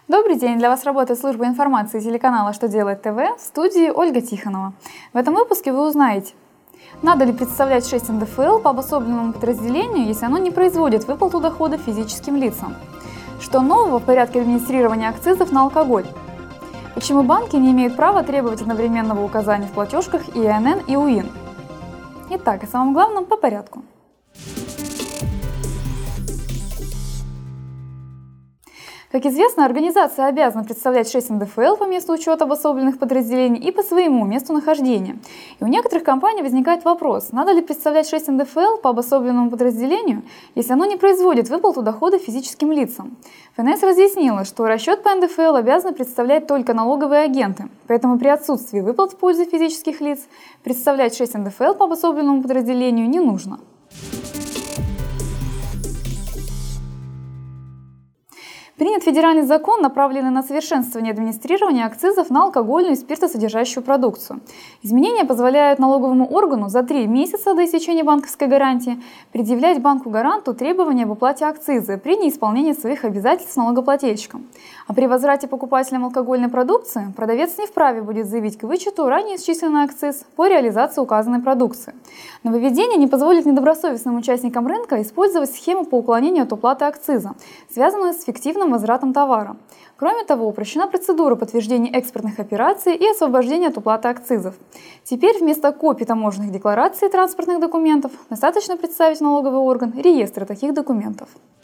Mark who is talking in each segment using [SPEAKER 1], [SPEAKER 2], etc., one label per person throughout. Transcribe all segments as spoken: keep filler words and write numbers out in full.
[SPEAKER 1] Добрый день! Для вас работает служба информации телеканала «Что делает ТВ», в студии Ольга Тихонова. В этом выпуске вы узнаете, надо ли представлять шесть эн дэ эф эл по обособленному подразделению, если оно не производит выплату дохода физическим лицам, что нового в порядке администрирования акцизов на алкоголь, почему банки не имеют права требовать одновременного указания в платежках и эн эн и УИН. Итак, о самом главном по порядку. Как известно, организация обязана представлять шесть эн дэ эф эл по месту учета обособленных подразделений и по своему месту нахождения. И у некоторых компаний возникает вопрос, надо ли представлять шесть эн дэ эф эл по обособленному подразделению, если оно не производит выплату дохода физическим лицам. эф эн эс разъяснила, что расчет по эн дэ эф эл обязаны представлять только налоговые агенты, поэтому при отсутствии выплат в пользу физических лиц представлять шесть эн дэ эф эл по обособленному подразделению не нужно. Принят федеральный закон, направленный на совершенствование администрирования акцизов на алкогольную и спиртосодержащую продукцию. Изменения позволяют налоговому органу за три месяца до истечения банковской гарантии предъявлять банку-гаранту требования об уплате акциза при неисполнении своих обязательств налогоплательщикам. А при возврате покупателям алкогольной продукции продавец не вправе будет заявить к вычету ранее исчисленный акциз по реализации указанной продукции. Нововведение не позволит недобросовестным участникам рынка использовать схему по уклонению от уплаты акциза, связанную с фиктивным возвратом товара. Кроме того, упрощена процедура подтверждения экспортных операций и освобождения от уплаты акцизов. Теперь вместо копий таможенных деклараций и транспортных документов достаточно представить в налоговый орган реестры таких документов.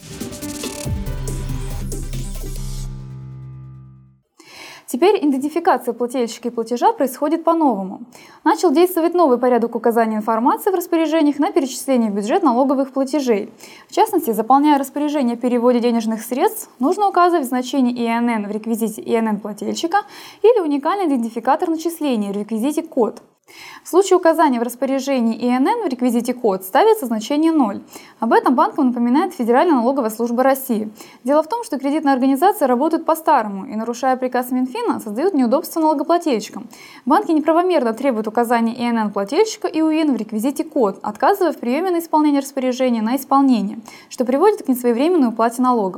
[SPEAKER 1] Теперь идентификация плательщика и платежа происходит по-новому. Начал действовать новый порядок указания информации в распоряжениях на перечисление в бюджет налоговых платежей. В частности, заполняя распоряжение о переводе денежных средств, нужно указывать значение и эн эн в реквизите и эн эн плательщика или уникальный идентификатор начисления в реквизите код. В случае указания в распоряжении и эн эн в реквизите код ставится значение ноль. Об этом банкам напоминает Федеральная налоговая служба России. Дело в том, что кредитные организации работают по-старому и, нарушая приказ Минфина, создают неудобства налогоплательщикам. Банки неправомерно требуют указания и эн эн плательщика и УИН в реквизите код, отказывая в приеме на исполнение распоряжения на исполнение, что приводит к несвоевременной уплате налогов.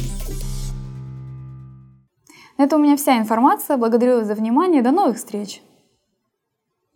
[SPEAKER 1] На этом у меня вся информация. Благодарю вас за внимание. До новых встреч!